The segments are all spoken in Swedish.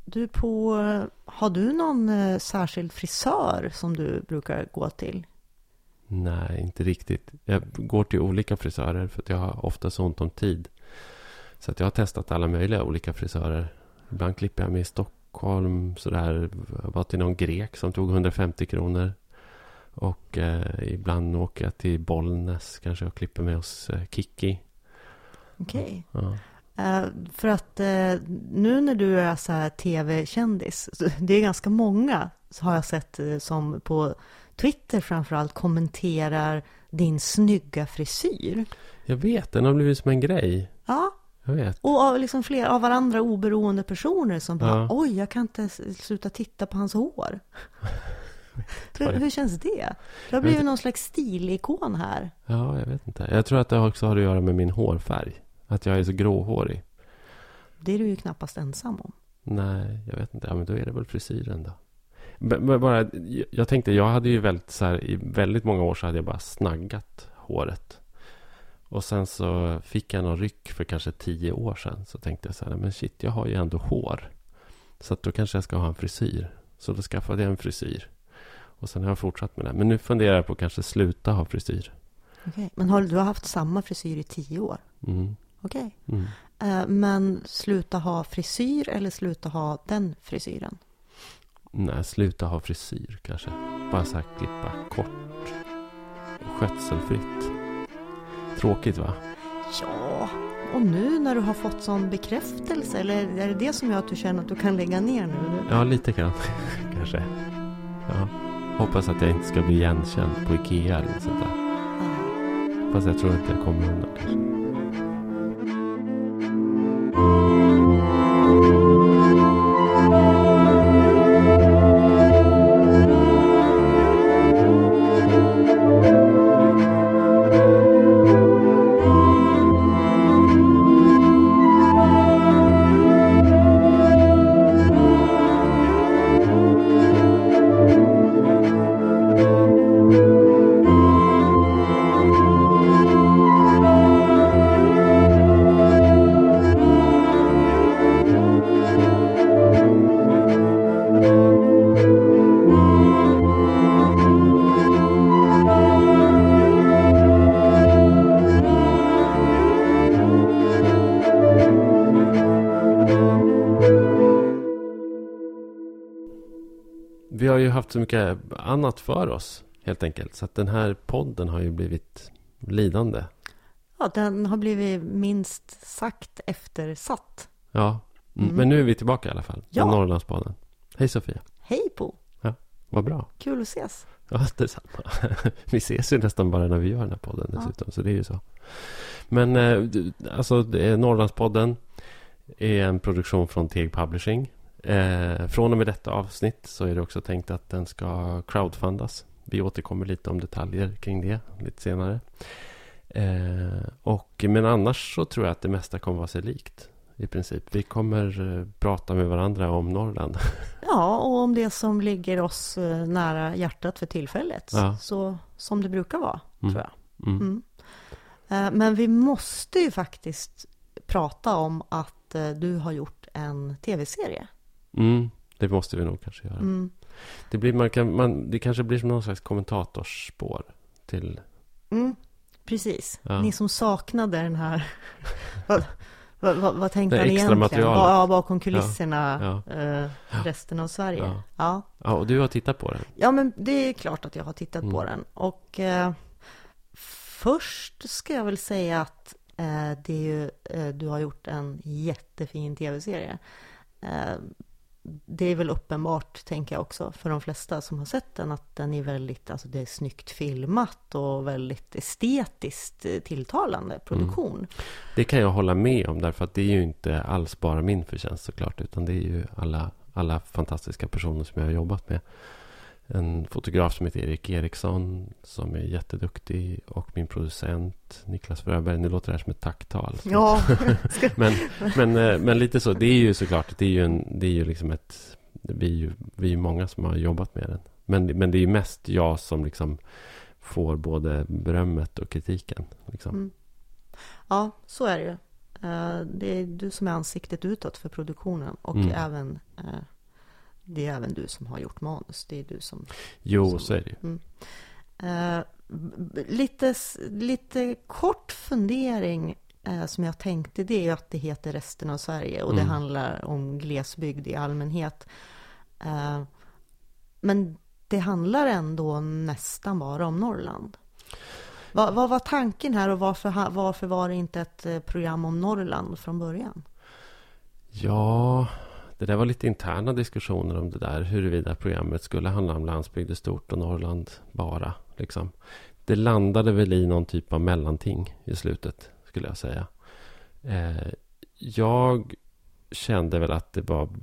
Har du någon särskild frisör som du brukar gå till? Nej, inte riktigt. Jag går till olika frisörer för att jag har ofta så ont om tid. Så att jag har testat alla möjliga olika frisörer. Ibland klipper jag mig i Stockholm. Sådär. Jag var till någon grek som tog 150 kronor. Och ibland åker jag till Bollnäs kanske och klipper mig hos Kiki. Okej. Ja. För att nu när du är så här tv-kändis, det är ganska många har jag sett som på Twitter framförallt kommenterar din snygga frisyr. Jag vet, den har blivit som en grej. Ja. Jag vet. Och av liksom flera av varandra oberoende personer som bara, oj, jag kan inte sluta titta på hans hår. Hur känns det? Det har blivit någon slags stilikon här. Ja, jag vet inte. Jag tror att det också har att göra med min hårfärg. Att jag är så gråhårig. Det är du ju knappast ensam om. Nej, jag vet inte. Ja, men då är det väl frisyren då. Bara, jag tänkte, jag hade ju väldigt så här, i väldigt många år så hade jag bara snaggat håret. Och sen så fick jag någon ryck för kanske 10 år sedan. Så tänkte jag så här, men shit, jag har ju ändå hår. Så att då kanske jag ska ha en frisyr. Så då skaffade jag en frisyr. Och sen har jag fortsatt med det. Men nu funderar jag på att kanske sluta ha frisyr. Okej. Men du har haft samma frisyr i 10 år? Mm. Okej. Mm. Men sluta ha frisyr eller sluta ha den frisyren? Nej, sluta ha frisyr kanske. Bara så här klippa kort. Skötselfritt. Tråkigt, va? Ja, och nu när du har fått sån bekräftelse, eller är det som gör att du känner att du kan lägga ner nu? Ja, lite grann kanske. Ja. Hoppas att jag inte ska bli igenkänd på Ikea eller sånt där. Ja. Fast jag tror inte jag kommer undan kanske. Vi har ju haft så mycket annat för oss helt enkelt. Så att den här podden har ju blivit lidande. Ja, den har blivit minst sagt eftersatt. Ja, men nu är vi tillbaka i alla fall. Ja. På Norrlandspodden. Hej Sofia. Hej Po. Ja, vad bra. Kul att ses. Ja, detsamma. Vi ses ju nästan bara när vi gör den här podden dessutom. Så det är ju så. Men alltså Norrlandspodden är en produktion från Teg Publishing. Från och med detta avsnitt så är det också tänkt att den ska crowdfundas. Vi återkommer lite om detaljer kring det lite senare. Men annars så tror jag att det mesta kommer vara sig likt i princip. Vi kommer prata med varandra om Norrland. Ja, och om det som ligger oss nära hjärtat för tillfället. Ja. Så som det brukar vara, tror jag. Men vi måste ju faktiskt prata om att du har gjort en tv-serie. Det måste vi nog kanske göra. Det kanske blir som någon slags kommentatorspår till... Precis. Ja. Ni som saknade den här... vad tänkte det han extra egentligen? materialet. Bakom kulisserna, resten av Sverige. Ja, och du har tittat på den? Ja, men det är klart att jag har tittat på den. Och först ska jag väl säga att det är ju, du har gjort en jättefin tv-serie. Det är väl uppenbart, tänker jag också, för de flesta som har sett den, att den är väldigt, alltså det är snyggt filmat och väldigt estetiskt tilltalande produktion. Det kan jag hålla med om, därför att det är ju inte alls bara min förtjänst såklart, utan det är ju alla fantastiska personer som jag har jobbat med. En fotograf som heter Erik Eriksson som är jätteduktig, och min producent Niklas Fröberg. Nu låter det här som ett tacktal. Ja. men lite så. Det är ju såklart, det är ju liksom ett... Vi är många som har jobbat med den. Men det är ju mest jag som liksom får både berömmet och kritiken. Liksom. Ja, så är det ju. Det är du som är ansiktet utåt för produktionen. Och även det är även du som har gjort manus. Det är du som... Jo, så är det ju. Lite kort fundering som jag tänkte, det är ju att det heter resten av Sverige. Och det handlar om glesbygd i allmänhet. Men det handlar ändå nästan bara om Norrland. Vad var tanken här och varför var det inte ett program om Norrland från början? Ja, det där var lite interna diskussioner om det där. Huruvida programmet skulle handla om landsbygd i stort och Norrland bara. Liksom. Det landade väl i någon typ av mellanting i slutet, skulle jag säga. Jag kände väl att det var...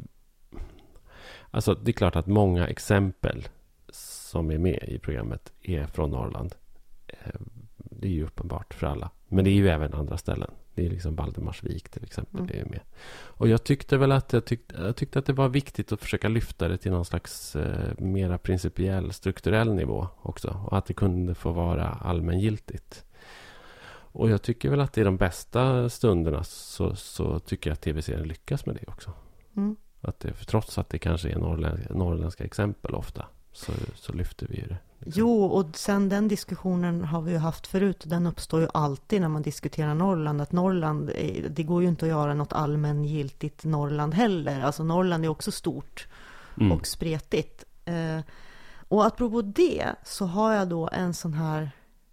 Alltså det är klart att många exempel som är med i programmet är från Norrland. Det är ju uppenbart för alla. Men det är ju även andra ställen. Det är liksom Valdemarsvik till exempel. Det är med. Och jag tyckte väl att jag tyckte att det var viktigt att försöka lyfta det till någon slags mera principiell, strukturell nivå också. Och att det kunde få vara allmängiltigt. Och jag tycker väl att i de bästa stunderna så tycker jag att tv-serien lyckas med det också. Att det, trots att det kanske är norrländska exempel ofta så lyfter vi det. Liksom. Jo, och sen den diskussionen har vi ju haft förut. Den uppstår ju alltid när man diskuterar Norrland. Att Norrland, det går ju inte att göra något allmängiltigt Norrland heller. Alltså Norrland är också stort och spretigt. Och apropå det så har jag då en sån här...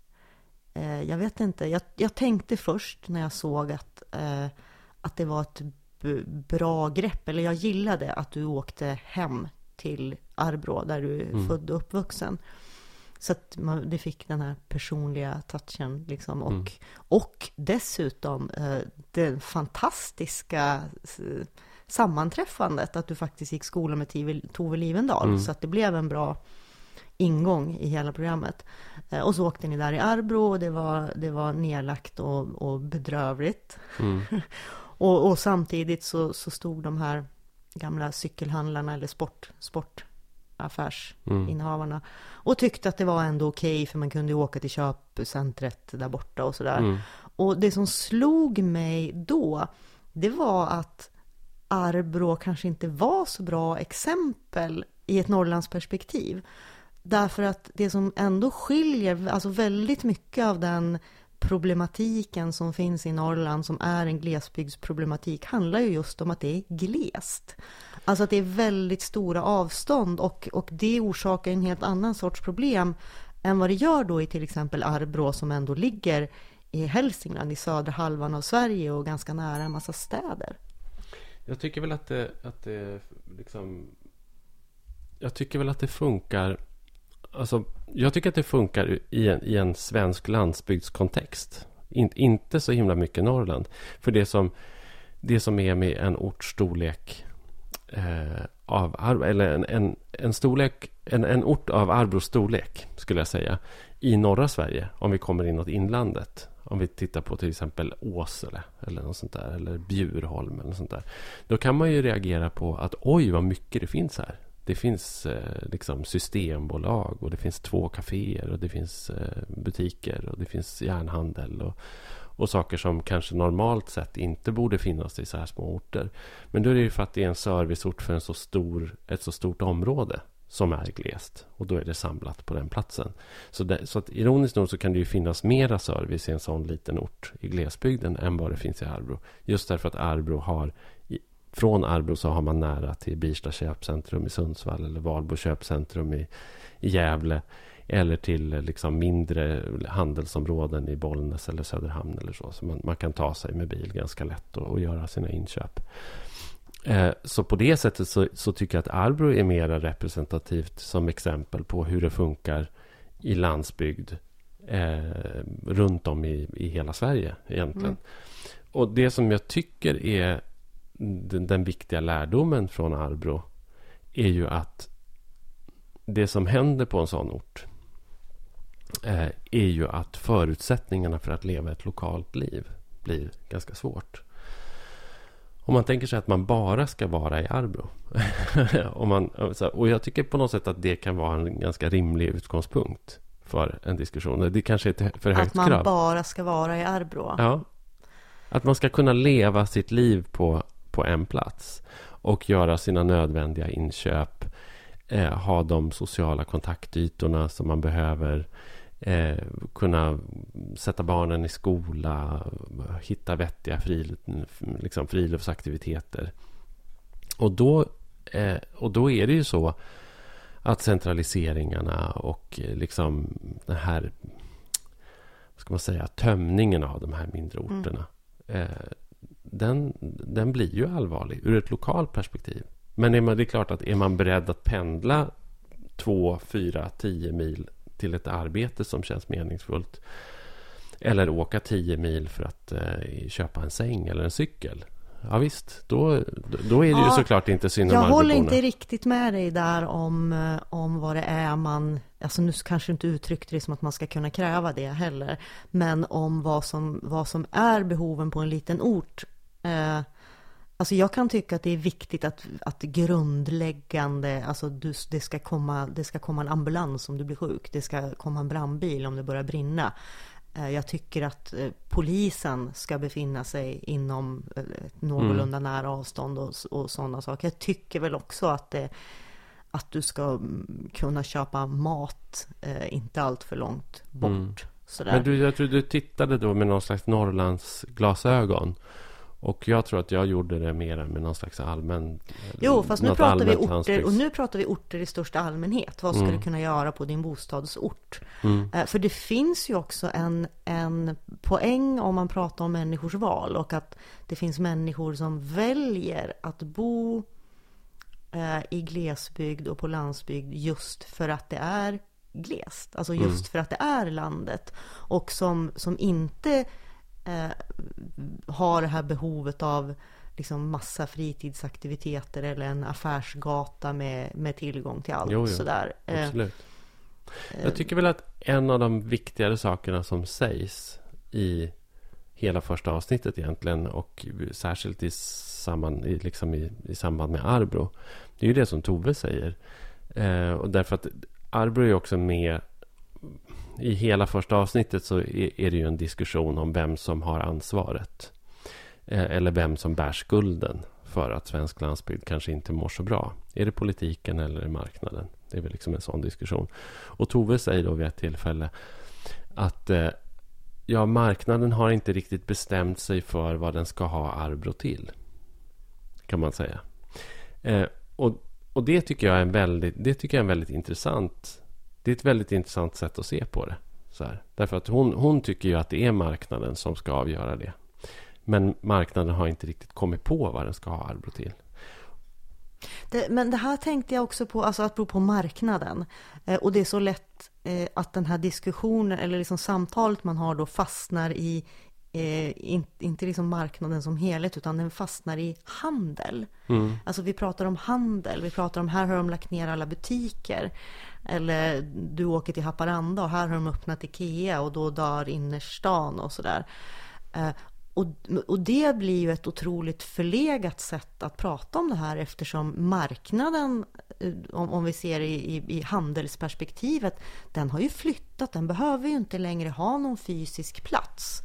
jag vet inte. Jag tänkte först när jag såg att det var ett bra grepp. Eller jag gillade att du åkte hem till Arbrå där du är född och uppvuxen. Så att det fick den här personliga touchen liksom. Och dessutom det fantastiska sammanträffandet att du faktiskt gick skola med Tove Livendal. Så att det blev en bra ingång i hela programmet. Och så åkte ni där i Arbrå och det var nedlagt och bedrövligt. och samtidigt så stod de här gamla cykelhandlarna eller sportaffärsinnehavarna och tyckte att det var ändå okej för man kunde åka till köpcentret där borta och sådär. Och det som slog mig då, det var att Arbrå kanske inte var så bra exempel i ett Norrlands perspektiv. Därför att det som ändå skiljer, alltså väldigt mycket av den problematiken som finns i Norrland som är en glesbygdsproblematik handlar ju just om att det är glest. Alltså att det är väldigt stora avstånd och det orsakar en helt annan sorts problem än vad det gör då i till exempel Arbrå som ändå ligger i Hälsingland i södra halvan av Sverige och ganska nära en massa städer. Jag tycker väl att det liksom... Jag tycker väl att det funkar... Alltså, jag tycker att det funkar i en svensk landsbygdskontext. Inte så himla mycket Norrland. För det som är med en ortsstorlek eller en ort av Arbros storlek skulle jag säga i norra Sverige om vi kommer inåt inlandet. Om vi tittar på till exempel Åsele eller något sånt där eller Bjurholm eller något sånt där. Då kan man ju reagera på att oj vad mycket det finns här. Det finns liksom systembolag och det finns 2 kaféer och det finns butiker och det finns järnhandel och saker som kanske normalt sett inte borde finnas i så här små orter. Men då är det ju för att det är en serviceort för ett så stort område som är glest och då är det samlat på den platsen. Så att ironiskt nog så kan det ju finnas mera service i en sån liten ort i glesbygden än vad det finns i Arbrå. Just därför att Arbrå har... Från Arbrå så har man nära till Birsta köpcentrum i Sundsvall eller Valbo köpcentrum i Gävle eller till liksom mindre handelsområden i Bollnäs eller Söderhamn eller så. Så man kan ta sig med bil ganska lätt och göra sina inköp. Så på det sättet så tycker jag att Arbrå är mer representativt som exempel på hur det funkar i landsbygd runt om i hela Sverige egentligen. Och det som jag tycker är den viktiga lärdomen från Arbrå är ju att det som händer på en sån ort är ju att förutsättningarna för att leva ett lokalt liv blir ganska svårt. Om man tänker sig att man bara ska vara i Arbrå och jag tycker på något sätt att det kan vara en ganska rimlig utgångspunkt för en diskussion. Det kanske är ett för högt krav. Att man bara ska vara i Arbrå. Ja. Att man ska kunna leva sitt liv på en plats och göra sina nödvändiga inköp, ha de sociala kontaktytorna som man behöver, kunna sätta barnen i skola, hitta vettiga friluftsaktiviteter. Och då är det ju så att centraliseringarna och liksom den här, vad ska man säga, tömningen av de här mindre orterna, den blir ju allvarlig ur ett lokalt perspektiv. Men det är klart att är man beredd att pendla 2, 4, 10 mil till ett arbete som känns meningsfullt, eller åka 10 mil för att köpa en säng eller en cykel, ja visst, då är det ju såklart inte synd om Jag håller Arboborna. inte riktigt med dig där om vad det är man, alltså nu kanske inte uttryckte det som att man ska kunna kräva det heller, men om vad som är behoven på en liten ort. Alltså jag kan tycka att det är viktigt att grundläggande, alltså det ska komma en ambulans om du blir sjuk, det ska komma en brandbil om det börjar brinna. Jag tycker att polisen ska befinna sig inom någorlunda nära avstånd och sådana saker. Jag tycker väl också att du ska kunna köpa mat inte allt för långt bort. Sådär. Men jag tror du tittade då med någon slags Norrlands glasögon. Och jag tror att jag gjorde det mer med någon slags allmän... Jo, fast nu pratar vi orter i största allmänhet. Vad ska du kunna göra på din bostadsort? För det finns ju också en poäng om man pratar om människors val. Och att det finns människor som väljer att bo i glesbygd och på landsbygd just för att det är glest. Alltså just för att det är landet. Och som inte... har det här behovet av liksom massa fritidsaktiviteter eller en affärsgata med tillgång till allt. Sådär. Absolut. Jag tycker väl att en av de viktigare sakerna som sägs i hela första avsnittet egentligen, och särskilt i samband med Arbro, det är ju det som Tove säger. Och därför att Arbro är också med i hela första avsnittet, så är det ju en diskussion om vem som har ansvaret. Eller vem som bär skulden för att svensk landsbygd kanske inte mår så bra. Är det politiken eller är det marknaden? Det är väl liksom en sån diskussion. Och Tove säger då vid ett tillfälle att marknaden har inte riktigt bestämt sig för vad den ska ha Arbro till. Kan man säga. Och det tycker jag är en väldigt intressant... Det är ett väldigt intressant sätt att se på det. Så här. Därför att hon tycker ju att det är marknaden som ska avgöra det. Men marknaden har inte riktigt kommit på vad den ska ha Arbro till. Men det här tänkte jag också på, alltså apropå marknaden. Och det är så lätt att den här diskussionen eller liksom samtalet man har då fastnar i inte liksom marknaden som helhet, utan den fastnar i handel. Alltså vi pratar om handel, vi pratar om här har de lagt ner alla butiker, eller du åker till Haparanda och här har de öppnat IKEA och då dör innerstan och sådär. Och det blir ju ett otroligt förlegat sätt att prata om det här, eftersom marknaden, om vi ser i handelsperspektivet, den har ju flyttat, den behöver ju inte längre ha någon fysisk plats.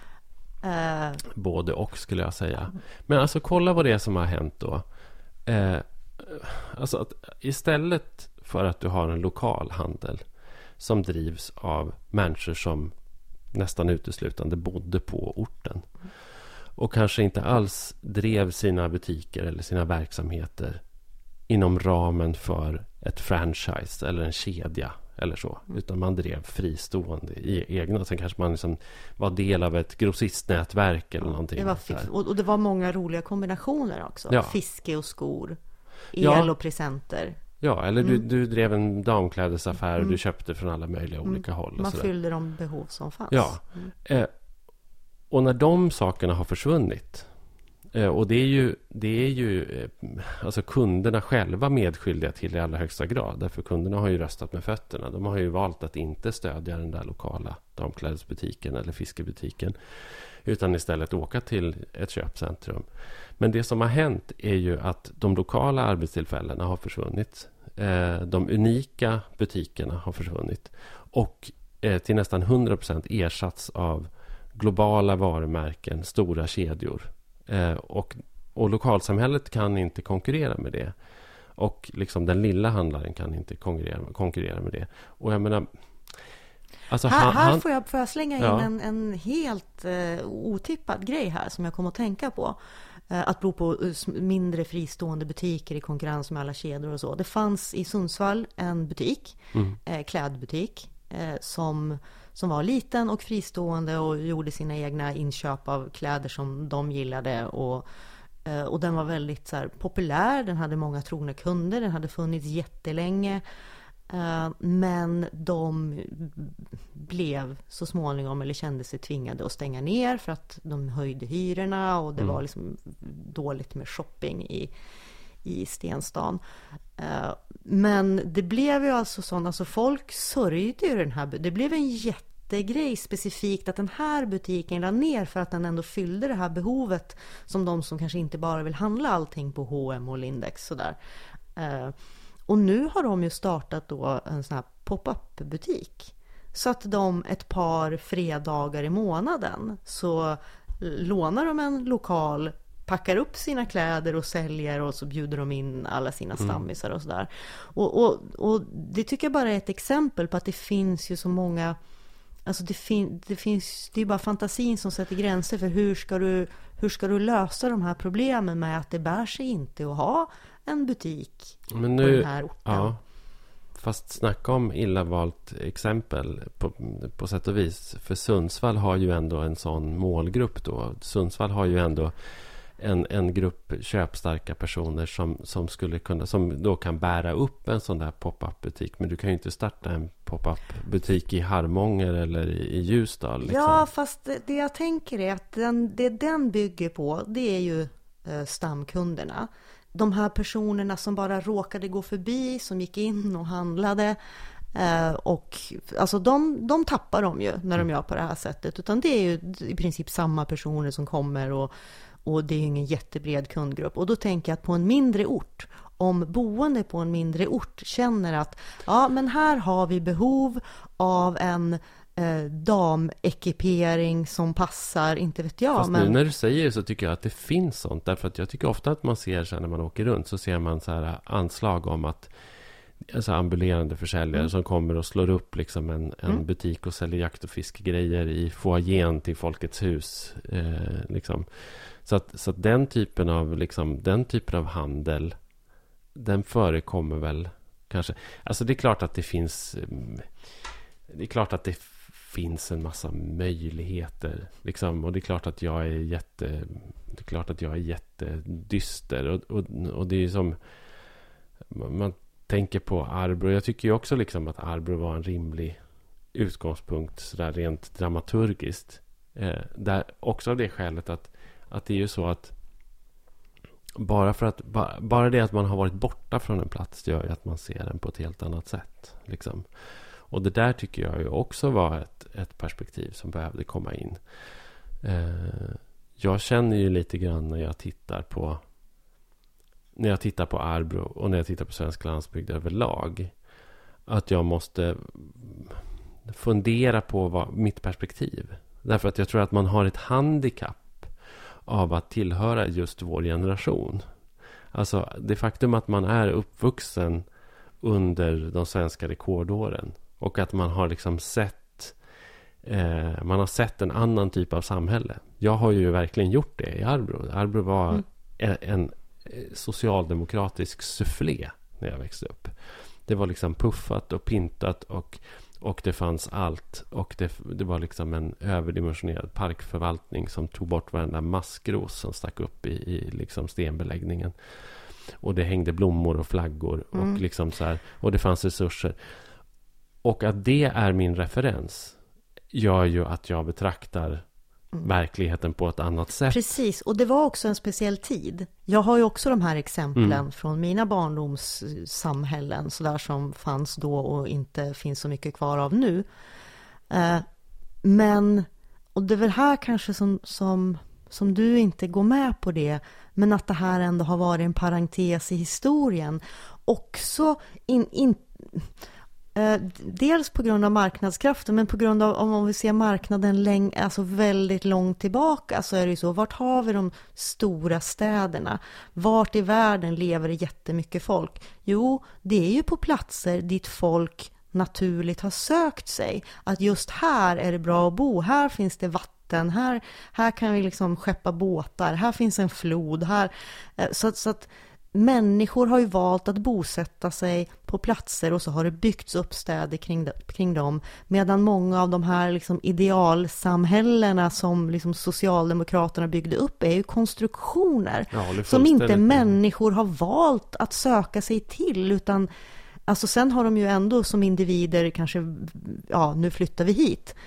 Både och skulle jag säga. Men alltså kolla vad det är som har hänt då. Alltså att istället för att du har en lokal handel som drivs av människor som nästan uteslutande bodde på orten och kanske inte alls drev sina butiker eller sina verksamheter inom ramen för ett franchise eller en kedja eller så, utan man drev fristående i egna. Sen kanske man liksom var del av ett grossistnätverk eller någonting. Det var och det var många roliga kombinationer också. Ja. Fiske och skor, el och presenter. Ja, eller du drev en damklädesaffär och du köpte från alla möjliga olika håll. Man fyllde de behov som fanns. Ja, och när de sakerna har försvunnit, och det är ju alltså kunderna själva medskyldiga till i allra högsta grad. Därför kunderna har ju röstat med fötterna. De har ju valt att inte stödja den där lokala damklädesbutiken eller fiskebutiken, utan istället åka till ett köpcentrum. Men det som har hänt är ju att de lokala arbetstillfällena har försvunnit. De unika butikerna har försvunnit och till nästan 100% ersatts av globala varumärken, stora kedjor. Och lokalsamhället kan inte konkurrera med det. Och liksom den lilla handlaren kan inte konkurrera med det. Och jag menar... Alltså här får jag slänga in en helt otippad grej här som jag kommer att tänka på. Att bero på mindre fristående butiker i konkurrens med alla kedjor och så. Det fanns i Sundsvall en butik, klädbutik, som var liten och fristående och gjorde sina egna inköp av kläder som de gillade. Och den var väldigt så här, populär, den hade många trogna kunder, den hade funnits jättelänge. Men de blev så småningom, eller kände sig tvingade att stänga ner för att de höjde hyrorna och det var liksom dåligt med shopping i Stenstan. Men det blev ju alltså sånt, alltså folk sörjde ju den här, det blev en jättegrej specifikt att den här butiken la ner för att den ändå fyllde det här behovet som de som kanske inte bara vill handla allting på H&M och Lindex sådär. Och nu har de ju startat då en sån här pop-up-butik. Så att de ett par fredagar i månaden så lånar de en lokal, packar upp sina kläder och säljer och så bjuder de in alla sina stammisar och sådär. Och det tycker jag bara är ett exempel på att det finns ju så många... Alltså det är bara fantasin som sätter gränser för hur ska du lösa de här problemen med att det bär sig inte att ha en butik på den här orten. Ja, fast snacka om illa valt exempel på sätt och vis. För Sundsvall har ju ändå en sån målgrupp då. Sundsvall har ju ändå en grupp köpstarka personer som skulle kunna, som då kan bära upp en sån där pop-up butik. Men du kan ju inte starta en pop-up butik i Harmånger eller i Ljusdal. Liksom. Ja, fast det jag tänker är att den bygger på, det är ju stamkunderna. De här personerna som bara råkade gå förbi, som gick in och handlade. Och alltså de tappar de ju när de gör på det här sättet. Utan det är ju i princip samma personer som kommer och det är ju ingen jättebred kundgrupp. Och då tänker jag att på en mindre ort, om boende på en mindre ort känner att ja, men här har vi behov av en damekipering som passar, inte vet jag. Fast nu när du säger det så tycker jag att det finns sånt. Därför att jag tycker ofta att man ser så här, när man åker runt så ser man så här anslag om att alltså ambulerande försäljare som kommer och slår upp liksom en butik och säljer jakt- och fiskegrejer i foajén till Folkets hus. Liksom. Så att den typen av handel, den förekommer väl kanske. Alltså det är klart att det finns en massa möjligheter liksom, och det är klart att jag är jättedyster och det är som man tänker på Arbro. Jag tycker ju också liksom att Arbro var en rimlig utgångspunkt sådär rent dramaturgiskt. Där också av det skälet att det är ju så att bara det att man har varit borta från en plats gör ju att man ser den på ett helt annat sätt liksom. Och det där tycker jag ju också var ett perspektiv som behövde komma in. Jag känner ju lite grann när jag tittar på Arbro och när jag tittar på svensk landsbygd överlag, att jag måste fundera på mitt perspektiv. Därför att jag tror att man har ett handikapp av att tillhöra just vår generation. Alltså det faktum att man är uppvuxen under de svenska rekordåren och att man har liksom sett en annan typ av samhälle. Jag har ju verkligen gjort det i Arbro. Arbro var en socialdemokratisk soufflé när jag växte upp. Det var liksom puffat och pintat och det fanns allt. Och det var liksom en överdimensionerad parkförvaltning som tog bort varenda maskros som stack upp i liksom stenbeläggningen. Och det hängde blommor och flaggor och liksom så här, och det fanns resurser. Och att det är min referens gör ju att jag betraktar verkligheten på ett annat sätt. Precis, och det var också en speciell tid. Jag har ju också de här exemplen från mina barndomssamhällen så där som fanns då och inte finns så mycket kvar av nu. Men, och det är väl här kanske som du inte går med på det, men att det här ändå har varit en parentes i historien. Också Dels på grund av marknadskraften, men på grund av om vi ser marknaden alltså väldigt långt tillbaka, så är det ju så, vart har vi de stora städerna? Vart i världen lever det jättemycket folk? Jo, det är ju på platser dit folk naturligt har sökt sig. Att just här är det bra att bo, här finns det vatten, här kan vi liksom skeppa båtar, här finns en flod, här. Så att människor har ju valt att bosätta sig på platser, och så har det byggts upp städer kring dem, medan många av de här liksom idealsamhällena som liksom Socialdemokraterna byggde upp är ju konstruktioner som inte människor har valt att söka sig till, utan alltså sen har de ju ändå som individer kanske, nu flyttar vi hit,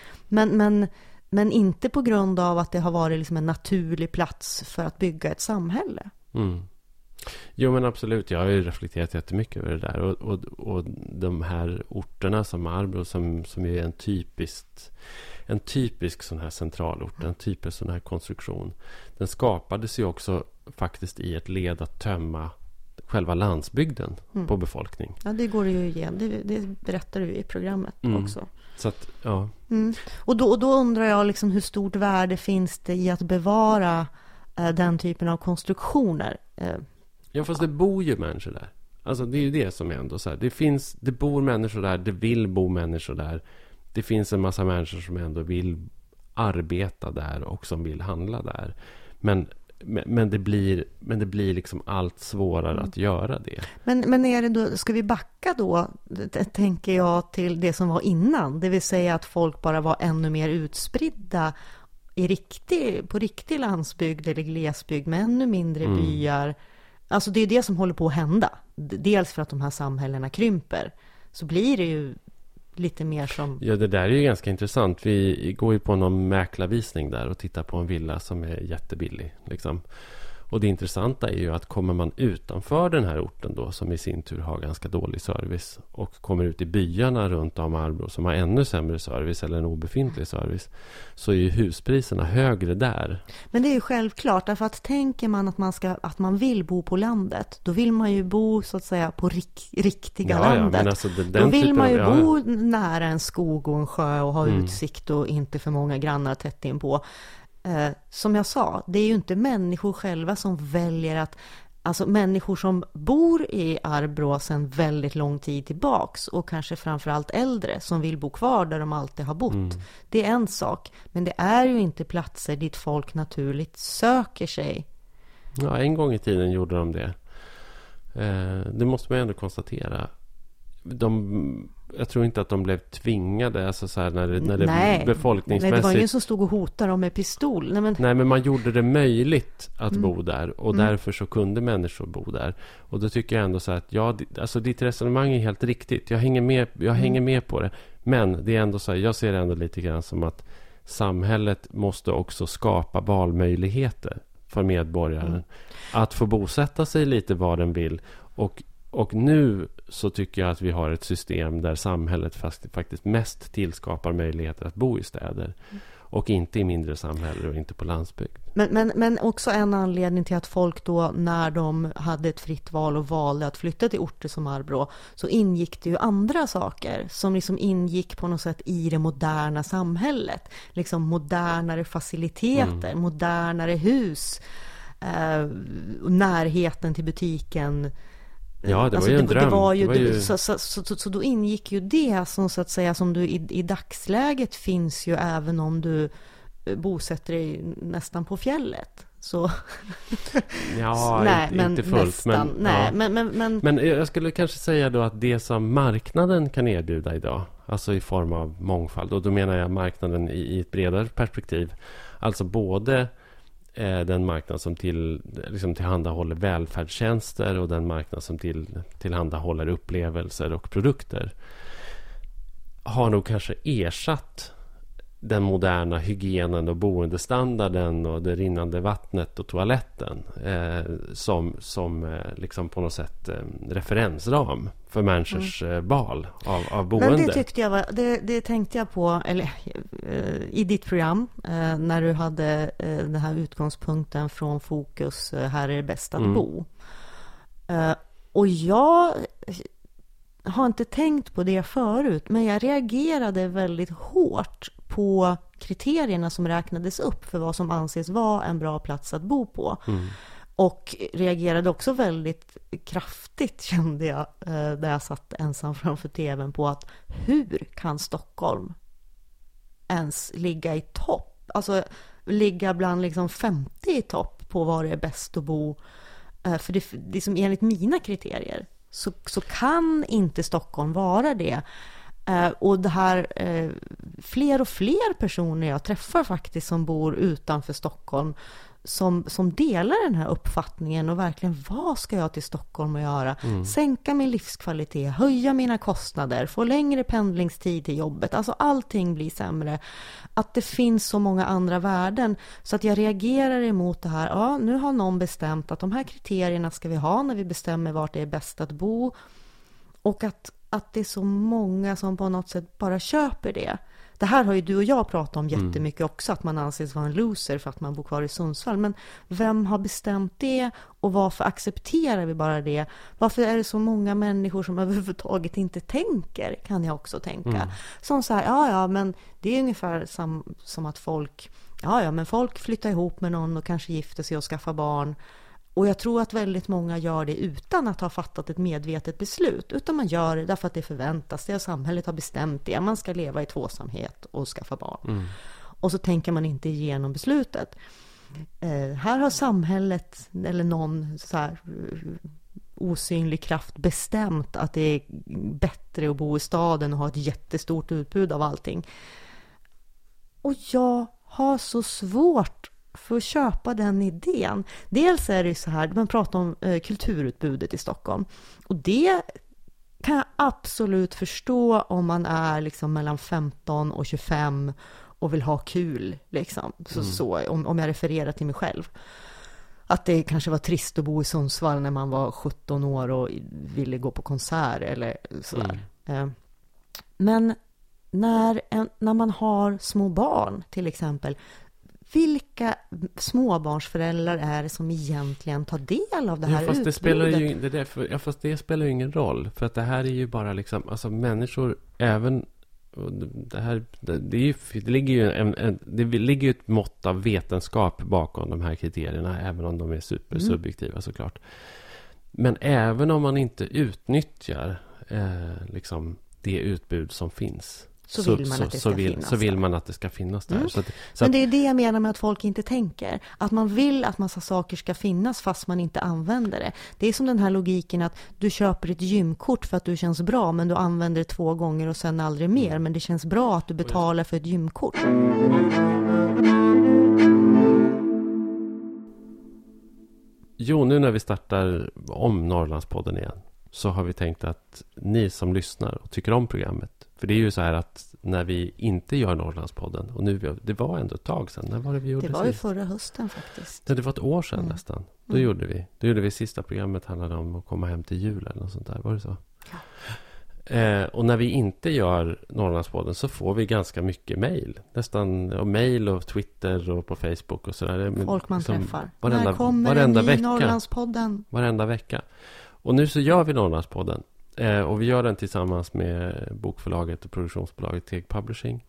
men inte på grund av att det har varit liksom en naturlig plats för att bygga ett samhälle. Jo, men absolut. Jag har ju reflekterat jättemycket över det där. Och de här orterna som Arbrå, som är en typisk sån här centralort, en typisk sån här konstruktion. Den skapades ju också faktiskt i ett led att tömma själva landsbygden på befolkning. Ja, det går ju igen. Det berättar du i programmet också. Så att, ja. Och då undrar jag liksom, hur stort värde finns det i att bevara den typen av konstruktioner? Ja, fast det bor ju människor där. Alltså det är ju det som är ändå så här. Det bor människor där, det vill bo människor där. Det finns en massa människor som ändå vill arbeta där och som vill handla där. Men det blir liksom allt svårare att göra det. Men är det då, ska vi backa då, tänker jag, till det som var innan? Det vill säga att folk bara var ännu mer utspridda på riktig landsbygd eller glesbygd med ännu mindre byar. Alltså det är det som håller på att hända. Dels för att de här samhällena krymper, så blir det ju lite mer som... Ja, det där är ju ganska intressant. Vi går ju på någon mäklarvisning där och tittar på en villa som är jättebillig liksom. Och det intressanta är ju att kommer man utanför den här orten då, som i sin tur har ganska dålig service, och kommer ut i byarna runt om Arbrå som har ännu sämre service eller en obefintlig service, så är ju huspriserna högre där. Men det är ju självklart, därför att tänker man att man vill bo på landet, då vill man ju bo så att säga på riktiga landet. Men alltså då vill man ju bo nära en skog och en sjö och ha utsikt och inte för många grannar tätt inpå. Som jag sa, det är ju inte människor själva som väljer att, alltså människor som bor i Arbrå sedan väldigt lång tid tillbaks, och kanske framförallt äldre som vill bo kvar där de alltid har bott. Det är en sak, men det är ju inte platser dit folk naturligt söker sig. Ja, en gång i tiden gjorde de det. Det måste man ändå konstatera. Jag tror inte att de blev tvingade, alltså så här, när det befolkningsmässigt... Nej, det var ingen som stod och hotade dem med pistol. Nej, men man gjorde det möjligt att bo där, och därför så kunde människor bo där. Och då tycker jag ändå så här att alltså ditt resonemang är helt riktigt. Jag hänger med på det. Men det är ändå så här, jag ser det ändå lite grann som att samhället måste också skapa valmöjligheter för medborgaren att få bosätta sig lite var den vill. Och nu så tycker jag att vi har ett system där samhället faktiskt mest tillskapar möjligheter att bo i städer och inte i mindre samhällen och inte på landsbygd. Men också en anledning till att folk då, när de hade ett fritt val och valde att flytta till orter som Arbrå, så ingick det ju andra saker som liksom ingick på något sätt i det moderna samhället. Liksom modernare faciliteter, modernare hus, närheten till butiken. Ja, det var ju en dröm. Så då ingick ju det som så att säga, som du i dagsläget finns ju även om du bosätter dig nästan på fjället. Så ja, nej, inte fullt, nästan. Men jag skulle kanske säga då att det som marknaden kan erbjuda idag, alltså i form av mångfald, och då menar jag marknaden i ett bredare perspektiv, alltså både den marknad som tillhandahåller välfärdstjänster och den marknad som tillhandahåller upplevelser och produkter, har nog kanske ersatt den moderna hygienen och boendestandarden och det rinnande vattnet och toaletten som liksom på något sätt referensram för människors val av boende. Men det tyckte jag det tänkte jag på i ditt program när du hade den här utgångspunkten från fokus här är det bäst att bo. Och jag har inte tänkt på det förut, men jag reagerade väldigt hårt på kriterierna som räknades upp för vad som anses vara en bra plats att bo på. Och reagerade också väldigt kraftigt, kände jag, där jag satt ensam framför tvn, på att hur kan Stockholm ens ligga i topp? Alltså ligga bland liksom 50 i topp på var det är bäst att bo. För det som enligt mina kriterier så kan inte Stockholm vara det. Och det här, fler och fler personer jag träffar faktiskt som bor utanför Stockholm som delar den här uppfattningen och verkligen, vad ska jag till Stockholm att göra? Sänka min livskvalitet, höja mina kostnader, få längre pendlingstid till jobbet. Alltså allting blir sämre. Att det finns så många andra värden, så att jag reagerar emot det här. Ja, nu har någon bestämt att de här kriterierna ska vi ha när vi bestämmer vart det är bäst att bo. Och att det är så många som på något sätt bara köper det. Det här har ju du och jag pratat om jättemycket också, att man anses vara en loser för att man bor kvar i Sundsvall. Men vem har bestämt det, och varför accepterar vi bara det? Varför är det så många människor som överhuvudtaget inte tänker, kan jag också tänka. Som så här, ja, men det är ungefär som att folk flyttar ihop med någon och kanske gifter sig och skaffar barn. Och jag tror att väldigt många gör det utan att ha fattat ett medvetet beslut. Utan man gör det därför att det förväntas. Det samhället har bestämt det. Man ska leva i tvåsamhet och skaffa barn. Och så tänker man inte igenom beslutet. Här har samhället eller någon så här osynlig kraft bestämt att det är bättre att bo i staden och ha ett jättestort utbud av allting. Och jag har så svårt för att köpa den idén. Dels är det så här, man pratar om kulturutbudet i Stockholm. Och det kan jag absolut förstå om man är liksom mellan 15 och 25 och vill ha kul. Liksom. Om jag refererar till mig själv. Att det kanske var trist att bo i Sundsvall när man var 17 år och ville gå på konsert eller sådär. Men när man har små barn till exempel, vilka småbarnsföräldrar är det som egentligen tar del av det här utbudet? Fast det spelar ju ingen roll. För att det här är ju bara liksom, alltså människor, även det ligger ju ett mått av vetenskap bakom de här kriterierna, även om de är supersubjektiva såklart. Men även om man inte utnyttjar liksom det utbud som finns, så vill man att det ska finnas där. Men det är det jag menar med att folk inte tänker. Att man vill att massa saker ska finnas fast man inte använder det. Det är som den här logiken att du köper ett gymkort för att du känns bra, men du använder det 2 gånger och sen aldrig mer. Men det känns bra att du betalar för ett gymkort. Jo, nu när vi startar om Norrlandspodden igen, så har vi tänkt att ni som lyssnar och tycker om programmet, för det är ju så här att när vi inte gör Norrlandspodden, och nu, det var ändå ett tag sedan, när var det vi gjorde det? Det var sist? ju förra hösten faktiskt. Ja, det var ett år sedan nästan. Då gjorde vi sista programmet, handlade om att komma hem till jul eller något sånt där, var det så? Ja. Och när vi inte gör Norrlandspodden så får vi ganska mycket mejl. Nästan mejl och Twitter och på Facebook och sådär. Folk man träffar. När kommer en ny Norrlandspodden? Varenda vecka. Och nu så gör vi Norrlandspodden. Och vi gör den tillsammans med bokförlaget och produktionsbolaget Teg Publishing.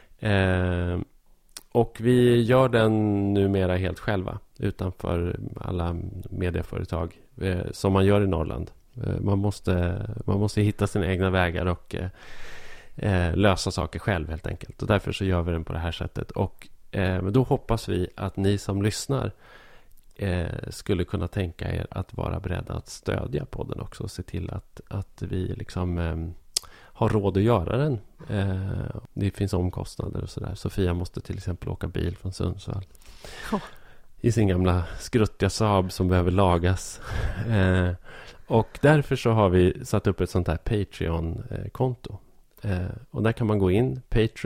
Och vi gör den numera helt själva, utanför alla medieföretag som man gör i Norrland. Man måste hitta sina egna vägar och lösa saker själv helt enkelt. Och därför så gör vi den på det här sättet. Och då hoppas vi att ni som lyssnar skulle kunna tänka er att vara beredda att stödja podden också. Och se till att vi liksom har råd att göra den. Det finns omkostnader och sådär. Sofia måste till exempel åka bil från Sundsvall. I sin gamla skruttiga Saab som behöver lagas. Och därför så har vi satt upp ett sånt här Patreon-konto. Och där kan man gå in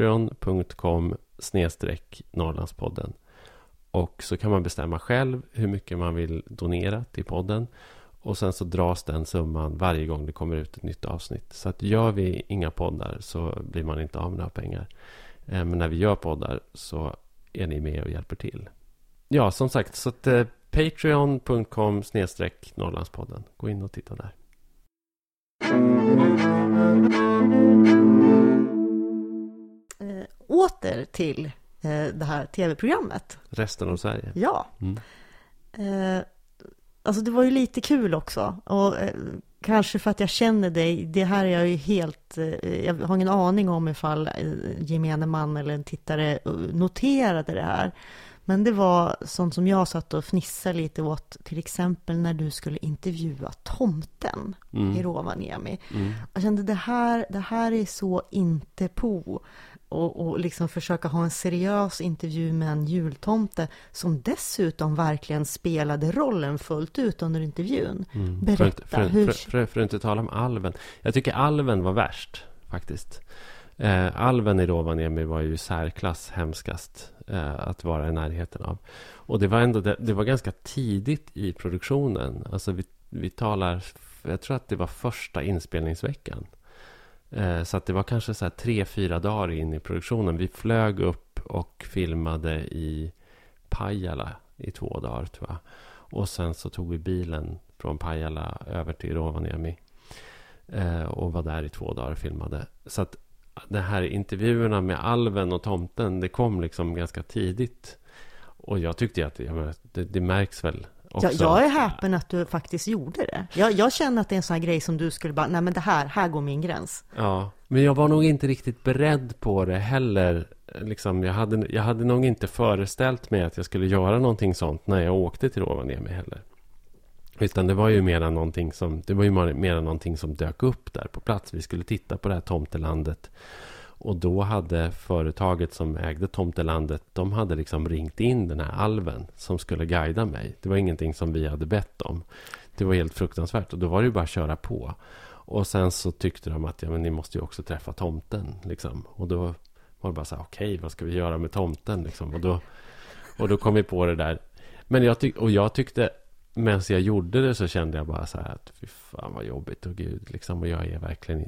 patreon.com/Norrlandspodden. Och så kan man bestämma själv hur mycket man vill donera till podden. Och sen så dras den summan varje gång det kommer ut ett nytt avsnitt. Så att gör vi inga poddar så blir man inte av med några pengar. Men när vi gör poddar så är ni med och hjälper till. Ja, som sagt, så att patreon.com/Norrlandspodden. Gå in och titta där. ner till det här tv-programmet. Resten av Sverige. Ja. Alltså det var ju lite kul också. Och kanske för att jag känner dig. Det här är jag ju helt... jag har ingen aning om ifall gemene man eller en tittare noterade det här. Men det var sånt som jag satt och fnissade lite åt. Till exempel när du skulle intervjua tomten i Rovaniemi. Jag kände det här är så inte på. Och liksom försöka ha en seriös intervju med en jultomte som dessutom verkligen spelade rollen fullt ut under intervjun. Berätta. För att inte tala om alven. Jag tycker alven var värst faktiskt. Alven i Rovaniemi var ju särklass hemskast att vara i närheten av. Och det var ändå det var ganska tidigt i produktionen. Alltså vi talar, jag tror att det var första inspelningsveckan. Så att det var kanske så här 3-4 dagar in i produktionen. Vi flög upp och filmade i Pajala i 2 dagar tror jag. Och sen så tog vi bilen från Pajala över till Rovaniemi. Och var där i 2 dagar och filmade. Så att de här intervjuerna med alven och tomten, det kom liksom ganska tidigt. Och jag tyckte att det märks väl också. Jag är häpen att du faktiskt gjorde det. Jag känner att det är en sån här grej som du skulle bara, nej men det här går min gräns. Ja, men jag var nog inte riktigt beredd på det heller. Liksom, jag hade nog inte föreställt mig att jag skulle göra någonting sånt när jag åkte till Rovaniemi heller. Utan det var ju mer någonting som dök upp där på plats. Vi skulle titta på det här tomtelandet. Och då hade företaget som ägde tomtelandet, de hade liksom ringt in den här alven som skulle guida mig. Det var ingenting som vi hade bett om. Det var helt fruktansvärt. Och då var det ju bara att köra på. Och sen så tyckte de att ni måste ju också träffa tomten. Liksom. Och då var det bara så här, okej, vad ska vi göra med tomten? Liksom. Och då kom vi på det där. Men jag tyckte... Medan jag gjorde det så kände jag bara så här att fy fan vad jobbigt och gud liksom, och jag är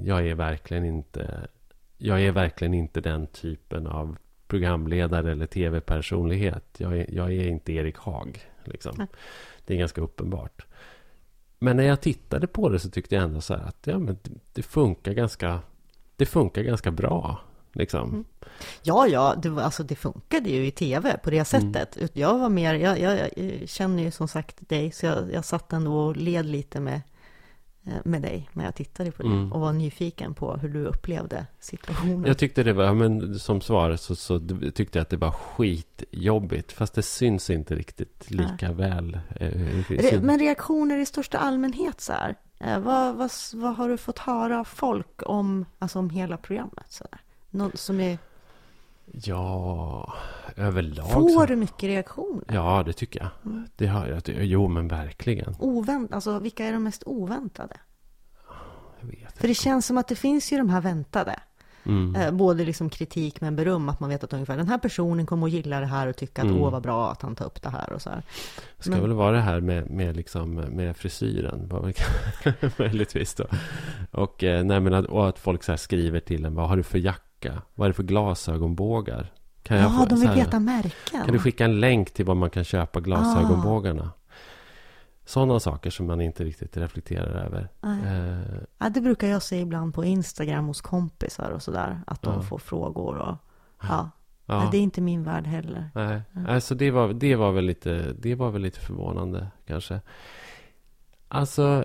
verkligen inte den typen av programledare eller tv-personlighet. Jag är inte Erik Haag liksom. Det är ganska uppenbart. Men när jag tittade på det så tyckte jag ändå så här att men det funkar ganska bra liksom. Ja, det funkade ju i tv på det sättet. Jag var mer, jag känner ju som sagt dig, så jag satt ändå och led lite med dig när jag tittade på det och var nyfiken på hur du upplevde situationen. Jag tyckte det var, men som svar så tyckte jag att det var skitjobbigt, fast det syns inte riktigt lika väl. Men reaktioner i största allmänhet så här, vad har du fått höra av folk om, alltså om hela programmet så där? Något som är... Ja, överlag. Får du mycket reaktioner? Ja, det tycker jag. Det har jag. Jo, men verkligen. Alltså, vilka är de mest oväntade? Jag vet. För det känns som att det finns ju de här väntade. Både liksom kritik men beröm, att man vet att ungefär den här personen kommer att gilla det här och tycka att vad bra att han tar upp det här och så här. Det ska väl vara det här med frisyren möjligtvis då. Och och att folk så här skriver till en, vad har du för jacka? Vad är det för glasögonbågar? De vill veta märken. Kan du skicka en länk till var man kan köpa glasögonbågarna? Sådana saker som man inte riktigt reflekterar över. Det brukar jag se ibland på Instagram hos kompisar och sådär. Att de får frågor. Och, det är inte min värld heller. Nej. Alltså det var väl lite förvånande kanske. Alltså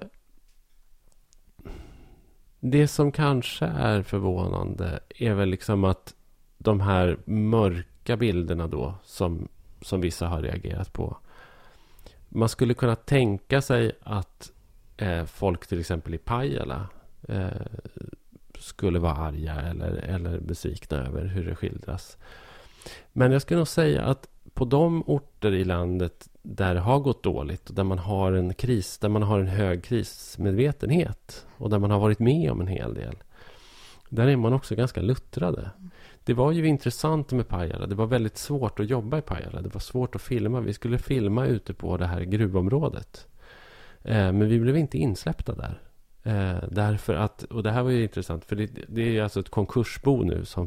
det som kanske är förvånande är väl liksom att de här mörka bilderna då som vissa har reagerat på. Man skulle kunna tänka sig att folk till exempel i Pajala skulle vara arga eller besvikna över hur det skildras. Men jag skulle nog säga att på de orter i landet där det har gått dåligt och där man har en kris, där man har en hög krismedvetenhet och där man har varit med om en hel del, där är man också ganska luttrade. Det var ju intressant med Pajala. Det var väldigt svårt att jobba i Pajala. Det var svårt att filma. Vi skulle filma ute på det här gruvområdet. Men vi blev inte insläppta där. Därför att, och det här var ju intressant, för det är alltså ett konkursbo nu som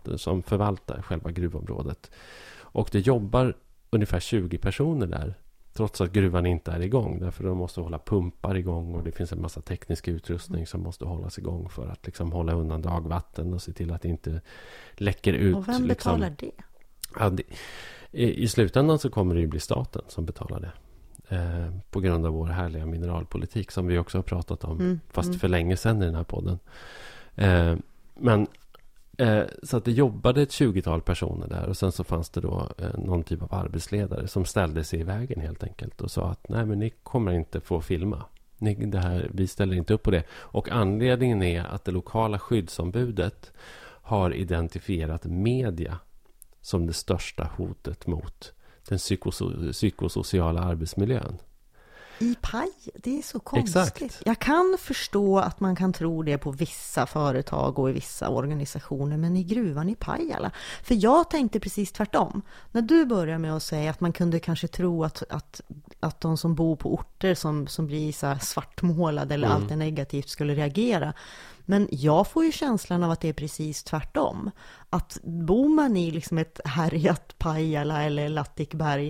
förvaltar själva gruvområdet. Och det jobbar ungefär 20 personer där. Trots att gruvan inte är igång. Därför de måste hålla pumpar igång. Och det finns en massa teknisk utrustning som måste hållas igång. För att liksom hålla undan dagvatten. Och se till att det inte läcker ut. Och vem betalar det? Ja, i slutändan så kommer det ju bli staten som betalar det. På grund av vår härliga mineralpolitik. Som vi också har pratat om. Fast för länge sedan i den här podden. Så att det jobbade ett 20-tal personer där. Och sen så fanns det då någon typ av arbetsledare som ställde sig i vägen helt enkelt. Och sa att nej, men ni kommer inte få filma. Vi ställer inte upp på det. Och anledningen är att det lokala skyddsombudet har identifierat media som det största hotet mot den psykosociala arbetsmiljön. I Paj, det är så konstigt. Exakt. Jag kan förstå att man kan tro det på vissa företag och i vissa organisationer, men i gruvan i Pajala. För jag tänkte precis tvärtom. När du började med att säga att man kunde kanske tro att de som bor på orter som blir så här svartmålade eller allt är negativt skulle reagera. Men jag får ju känslan av att det är precis tvärtom. Att bor man i liksom ett härjat Pajala eller Latikberg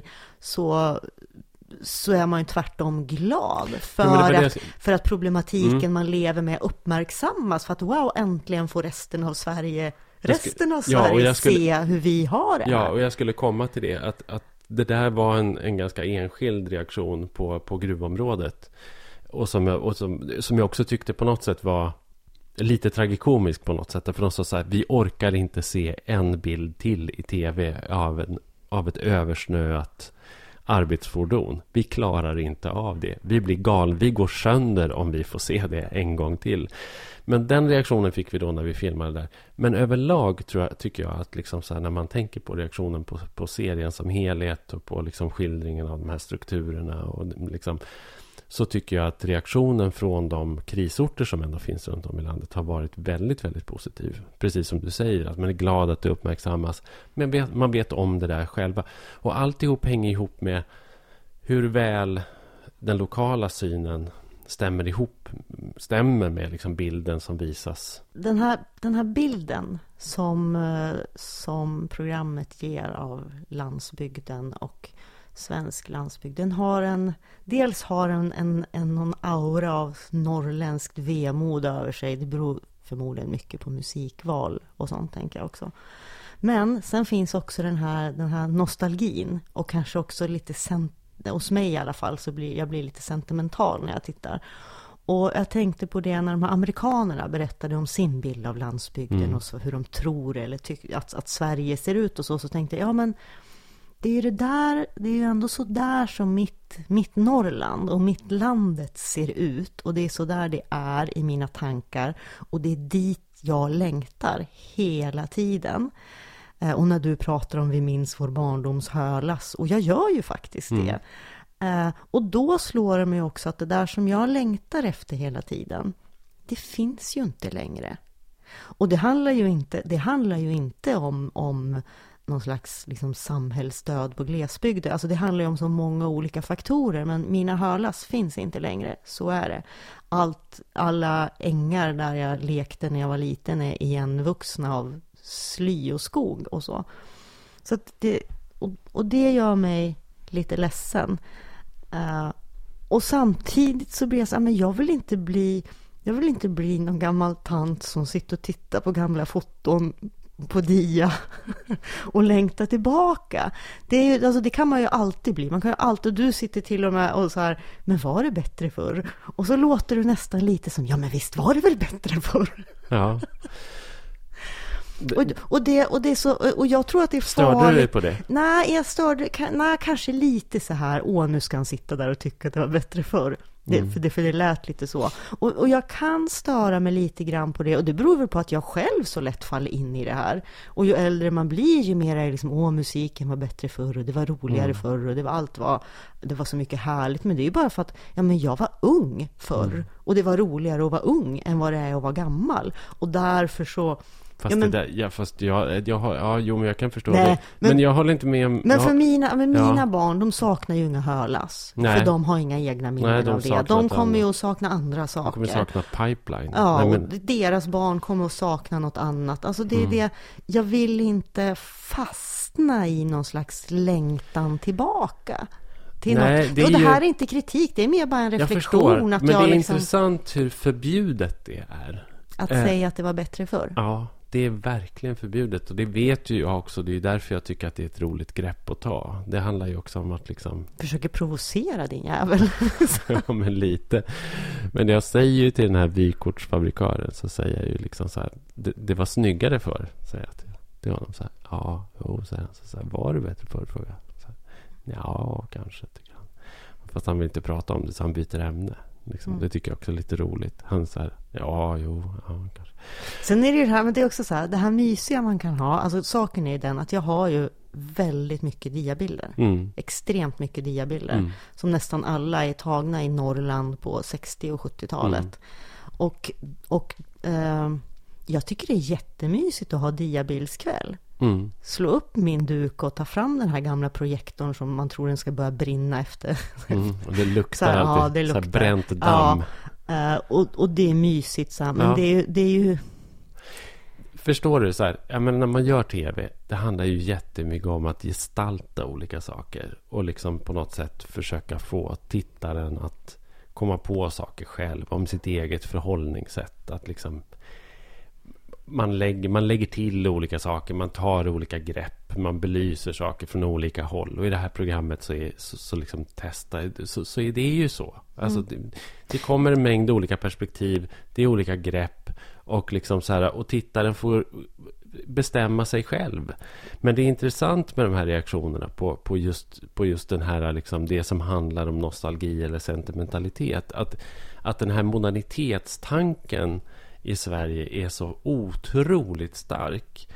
så är man ju tvärtom glad för att problematiken man lever med uppmärksammas. För att wow, äntligen får resten av Sverige se hur vi har det. Ja, och jag skulle komma till det. Att det där var en ganska enskild reaktion på gruvområdet. Och som jag också tyckte på något sätt var lite tragikomisk på något sätt. För de sa så här, vi orkar inte se en bild till i tv av ett översnöat arbetsfordon. Vi klarar inte av det. Vi blir galna. Vi går sönder om vi får se det en gång till. Men den reaktionen fick vi då när vi filmade där. Men överlag tycker jag att liksom så här, när man tänker på reaktionen på serien som helhet och på liksom skildringen av de här strukturerna och liksom, så tycker jag att reaktionen från de krisorter som ändå finns runt om i landet har varit väldigt, väldigt positiv. Precis som du säger, att man är glad att det uppmärksammas. Men man vet om det där själva. Och alltihop hänger ihop med hur väl den lokala synen stämmer med liksom bilden som visas. Den här bilden som programmet ger av landsbygden och svensk landsbygd, den har dels någon aura av norrländskt vemod över sig. Det beror förmodligen mycket på musikval och sånt, tänker jag också. Men sen finns också den här nostalgin och kanske också lite hos mig i alla fall så jag blir lite sentimental när jag tittar. Och jag tänkte på det när de här amerikanerna berättade om sin bild av landsbygden och så hur de tror eller tycker att Sverige ser ut och så tänkte jag, ja men det är ju ändå så där som mitt Norrland och mitt landet ser ut, och det är så där det är i mina tankar, och det är dit jag längtar hela tiden. Och när du pratar om vi minns vår barndoms Hölas, och jag gör ju faktiskt det. Och då slår det mig också att det där som jag längtar efter hela tiden, det finns ju inte längre. Och det handlar ju inte om någon slags liksom samhällsstöd på glesbygder. Alltså det handlar ju om så många olika faktorer, men mina Hölas finns inte längre. Så är det. Alla ängar där jag lekte när jag var liten är igenvuxna av sly och skog och så. Så att det gör mig lite ledsen. Och samtidigt så blir jag så här, men jag vill inte bli någon gammal tant som sitter och tittar på gamla foton på dia och längta tillbaka. Det kan man ju alltid bli. Man kan ju alltid, du sitter till och med och så här, men var det bättre förr? Och så låter du nästan lite som, ja men visst var det väl bättre förr? Ja. Och jag tror att det är farligt. Störde du dig på det? Nej, kanske lite så här, nu ska han sitta där och tycka att det var bättre förr. För det lät lite så. Och jag kan störa mig lite grann på det. Och det beror väl på att jag själv så lätt faller in i det här. Och ju äldre man blir, ju mer är det liksom, musiken var bättre förr. Och det var roligare förr. Och det var så mycket härligt. Men det är ju bara för att jag var ung förr. Och det var roligare att vara ung än vad det är att vara gammal. Och därför så... Fast men jag kan förstå det. Men jag håller inte med. Men för mina barn, de saknar ju inga Hölas. Nej. För de har inga egna minnen av det. De kommer ju att sakna andra saker. De kommer sakna pipeline. Ja, och deras barn kommer att sakna något annat. Alltså det är det. Jag vill inte fastna i någon slags längtan tillbaka. till Nej, något. det är det ju... här är inte kritik, det är mer bara en reflektion. Jag förstår, att men jag det är liksom... intressant hur förbjudet det är. Att säga att det var bättre förr. Ja, det är verkligen förbjudet. Och det vet ju jag också. Det är därför jag tycker att det är ett roligt grepp att ta. Det handlar ju också om att liksom... Försöker provocera din jävel. Ja, men lite. Men jag säger ju till den här vykortsfabrikören, så säger jag ju liksom så här, det var snyggare förr, säger jag till honom så här. Ja, säger han. Så här, var det bättre förr, frågar jag. Så här, ja, kanske, tycker han. Fast han vill inte prata om det, så han byter ämne. Liksom. Det tycker jag också är lite roligt. Han säger, ja, kanske. Sen är det ju det här, men det är också så här, det här mysiga man kan ha. Alltså saken är den att jag har ju väldigt mycket diabilder. Extremt mycket diabilder. Som nästan alla är tagna i Norrland på 60- och 70-talet. Och jag tycker det är jättemysigt att ha diabildskväll. Slå upp min duk och ta fram den här gamla projektorn som man tror den ska börja brinna efter. Och det luktar här, alltid, ja, det luktar. Så här bränt damm. Ja, och det är mysigt så här, men det är ju... Förstår du så här, ja, men när man gör tv, det handlar ju jättemycket om att gestalta olika saker och liksom på något sätt försöka få tittaren att komma på saker själv, om sitt eget förhållningssätt, att liksom man lägger till olika saker, man tar olika grepp, man belyser saker från olika håll, och i det här programmet så liksom så är det ju så. Alltså det kommer en mängd olika perspektiv, det är olika grepp, och liksom så här, och tittaren får bestämma sig själv. Men det är intressant med de här reaktionerna på just den här liksom, det som handlar om nostalgi eller sentimentalitet, att den här modernitetstanken i Sverige är så otroligt stark,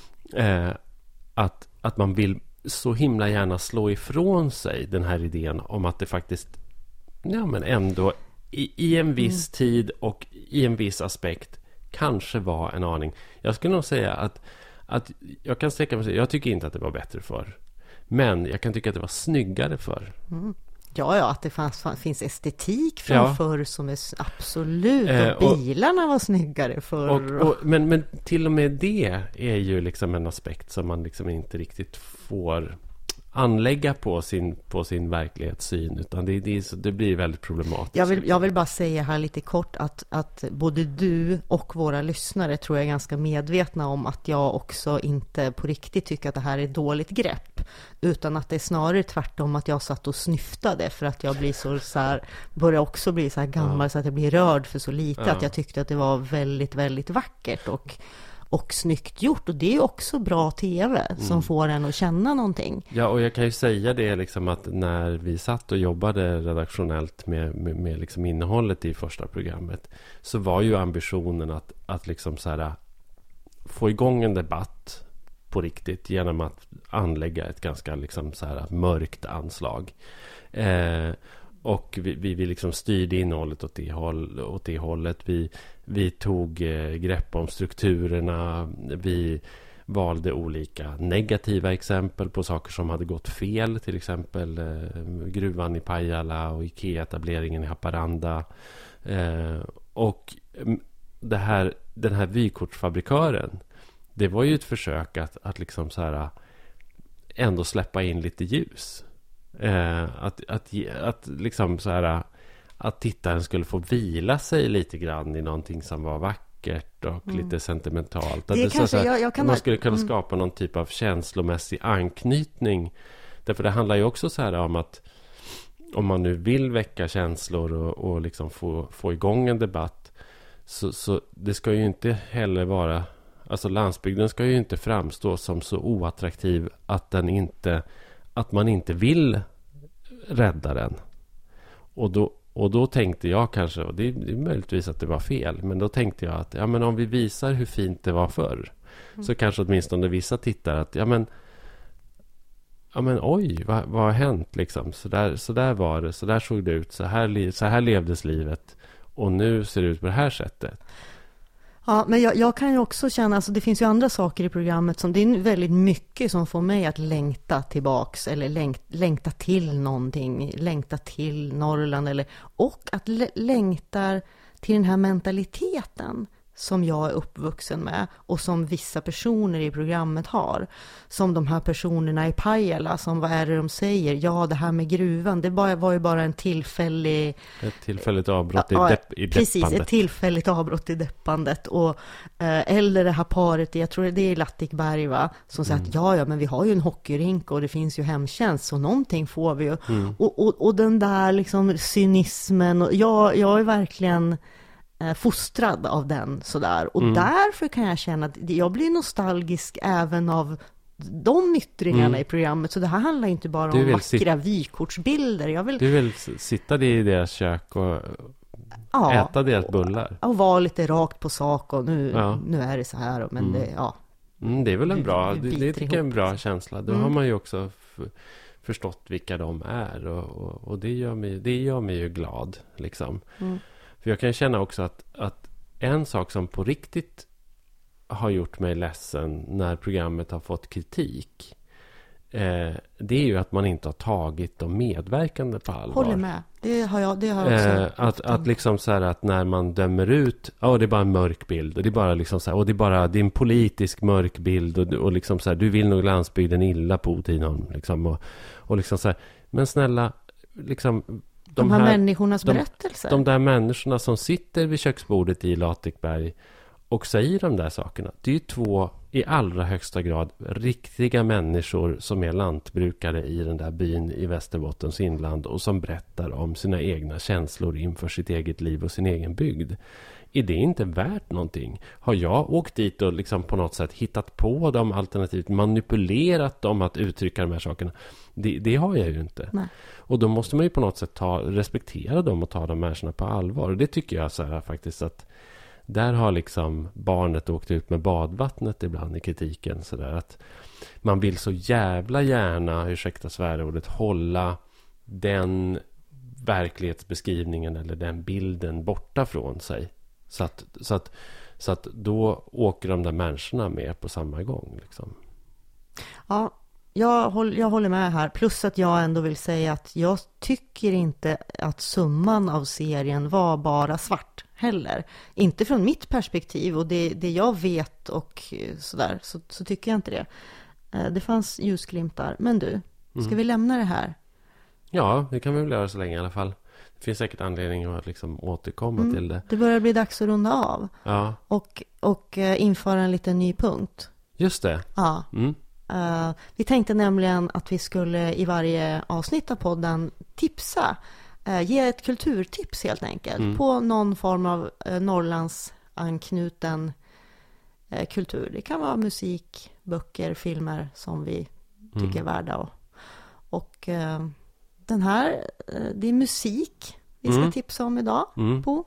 att man vill så himla gärna slå ifrån sig den här idén om att det faktiskt, ja, men ändå i en viss tid och i en viss aspekt kanske var en aning. Jag skulle nog säga att jag kan sträcka mig och säga, jag tycker inte att det var bättre förr, men jag kan tycka att det var snyggare förr. Ja, att det finns estetik från förr som är absolut, och bilarna var snyggare förr. Men till och med det är ju liksom en aspekt som man liksom inte riktigt får anlägga på sin verklighetssyn, utan det blir väldigt problematiskt. Jag vill bara säga här lite kort att både du och våra lyssnare tror jag är ganska medvetna om att jag också inte på riktigt tycker att det här är ett dåligt grepp, utan att det är snarare tvärtom, att jag satt och snyftade för att jag blir så här, börjar också bli så här gammal så att jag blir rörd för så lite, att jag tyckte att det var väldigt, väldigt vackert och snyggt gjort, och det är också bra tv som får en att känna någonting. Ja, och jag kan ju säga det liksom, att när vi satt och jobbade redaktionellt med liksom innehållet i första programmet, så var ju ambitionen att liksom så här, få igång en debatt på riktigt genom att anlägga ett ganska liksom så här mörkt anslag. Och vi liksom styrde innehållet åt det hållet. Vi tog grepp om strukturerna. Vi valde olika negativa exempel på saker som hade gått fel. Till exempel gruvan i Pajala och IKEA-etableringen i Haparanda. Och den här vykortsfabrikören, det var ju ett försök att liksom så här ändå släppa in lite ljus. Att liksom så här, att tittaren skulle få vila sig lite grann i någonting som var vackert och lite sentimentalt. Att man skulle kunna skapa någon typ av känslomässig anknytning. Därför det handlar ju också så här om att om man nu vill väcka känslor och liksom få igång en debatt, så det ska ju inte heller vara, alltså landsbygden ska ju inte framstå som så oattraktiv att man inte vill rädda den. Och då tänkte jag kanske, och det är möjligtvis att det var fel, men då tänkte jag att ja, men om vi visar hur fint det var förr, så kanske åtminstone vissa tittar att ja men oj, vad har hänt liksom? Så där var det, så där såg det ut, så här levdes livet, och nu ser det ut på det här sättet. Ja, men jag kan ju också känna, alltså det finns ju andra saker i programmet som det är väldigt mycket som får mig att längta tillbaks, eller längta till någonting, längta till Norrland, och att längtar till den här mentaliteten som jag är uppvuxen med och som vissa personer i programmet har. Som de här personerna i Pajala, som vad är det de säger? Ja, det här med gruvan, det var ju bara en tillfällig... Ett tillfälligt avbrott i deppandet. Precis, ett tillfälligt avbrott i deppandet. Och, eller det här paret, jag tror det är Latikberg, va? Som säger att ja, men vi har ju en hockeyrink och det finns ju hemtjänst, så någonting får vi ju. Och den där liksom cynismen, och jag är verkligen... fostrad av den sådär. Och därför kan jag känna att jag blir nostalgisk även av de yttringarna i programmet. Så det här handlar inte bara om vackra vykortsbilder. Du vill sitta i deras kök och äta deras bullar. Och vara lite rakt på sak och nu är det så här. Men det är väl en bra, det tycker jag är en bra känsla. Då har man ju också förstått vilka de är. Och det gör mig ju glad liksom. För jag kan känna också att en sak som på riktigt har gjort mig ledsen när programmet har fått kritik, det är ju att man inte har tagit de medverkande på allvar. Håller med. Det har jag också. Att liksom så här att när man dömer ut, det är bara en mörk bild och det är bara liksom så här, och det är en politisk mörk bild och liksom så här, du vill nog landsbygden illa på Tidaholm liksom och liksom så här, men snälla liksom de här människornas berättelser. De där människorna som sitter vid köksbordet i Latikberg och säger de där sakerna. Det är ju 2 i allra högsta grad riktiga människor som är lantbrukare i den där byn i Västerbottens inland och som berättar om sina egna känslor inför sitt eget liv och sin egen bygd. Är det inte värt någonting? Har jag åkt dit och liksom på något sätt hittat på dem alternativt, manipulerat dem att uttrycka de här sakerna? Det har jag ju inte. Nej. Och då måste man ju på något sätt respektera dem och ta de människorna på allvar. Och det tycker jag så här faktiskt att där har liksom barnet åkt ut med badvattnet ibland i kritiken. Så där att man vill så jävla gärna, ursäkta svärordet, hålla den verklighetsbeskrivningen eller den bilden borta från sig. Så att då åker de där människorna med på samma gång. Liksom. Ja, jag håller med här. Plus att jag ändå vill säga att jag tycker inte att summan av serien var bara svart heller. Inte från mitt perspektiv och det jag vet och sådär, så tycker jag inte det. Det fanns ljusglimtar. Men du, ska vi lämna det här? Ja, det kan vi väl göra så länge i alla fall. Det finns säkert anledning att liksom återkomma till det. Det börjar bli dags att runda av. Ja. Och införa en liten ny punkt. Just det. Ja. Vi tänkte nämligen att vi skulle i varje avsnitt av podden tipsa. Ge ett kulturtips helt enkelt. På någon form av Norrlandsanknuten kultur. Det kan vara musik, böcker, filmer som vi tycker är värda. Och den här, det är musik vi ska tipsa om idag på.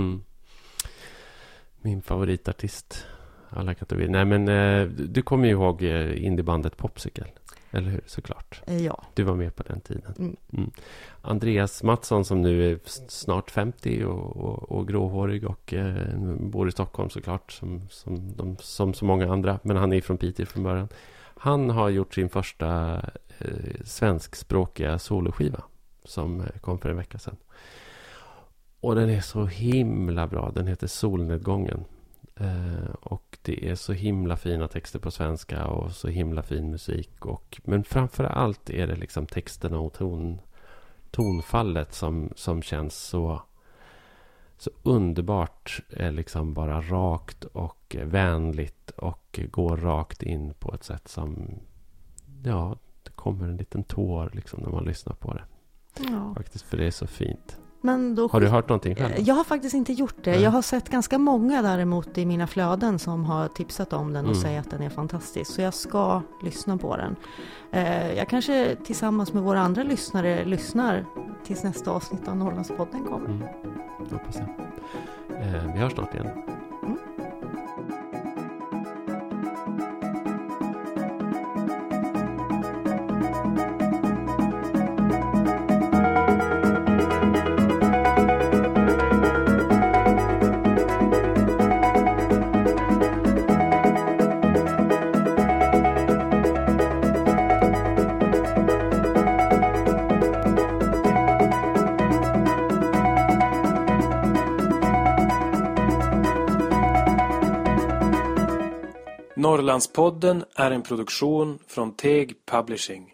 Min favoritartist alla kategorier. Nej men du kommer ju ihåg indiebandet Popsicle, eller hur? Såklart. Ja. Du var med på den tiden. Andreas Mattsson som nu är snart 50 och gråhårig och bor i Stockholm såklart som så många andra, men han är från Piteå från början. Han har gjort sin första svenskspråkiga soloskiva som kom för en vecka sedan. Och den är så himla bra. Den heter Solnedgången. Och det är så himla fina texter på svenska och så himla fin musik. Men framför allt är det liksom texterna och tonfallet som känns så underbart, liksom bara rakt och vänligt och går rakt in på ett sätt som, ja, det kommer en liten tår liksom när man lyssnar på det. Ja. Faktiskt, för det är så fint. Men då, har du hört någonting själv? Jag har faktiskt inte gjort det. Jag har sett ganska många däremot i mina flöden som har tipsat om den och säger att den är fantastisk. Så jag ska lyssna på den. Jag kanske tillsammans med våra andra lyssnare lyssnar tills nästa avsnitt av Norrlandspodden kommer. Hoppas jag. Vi hörs snart igen. Norrlandspodden är en produktion från Teg Publishing.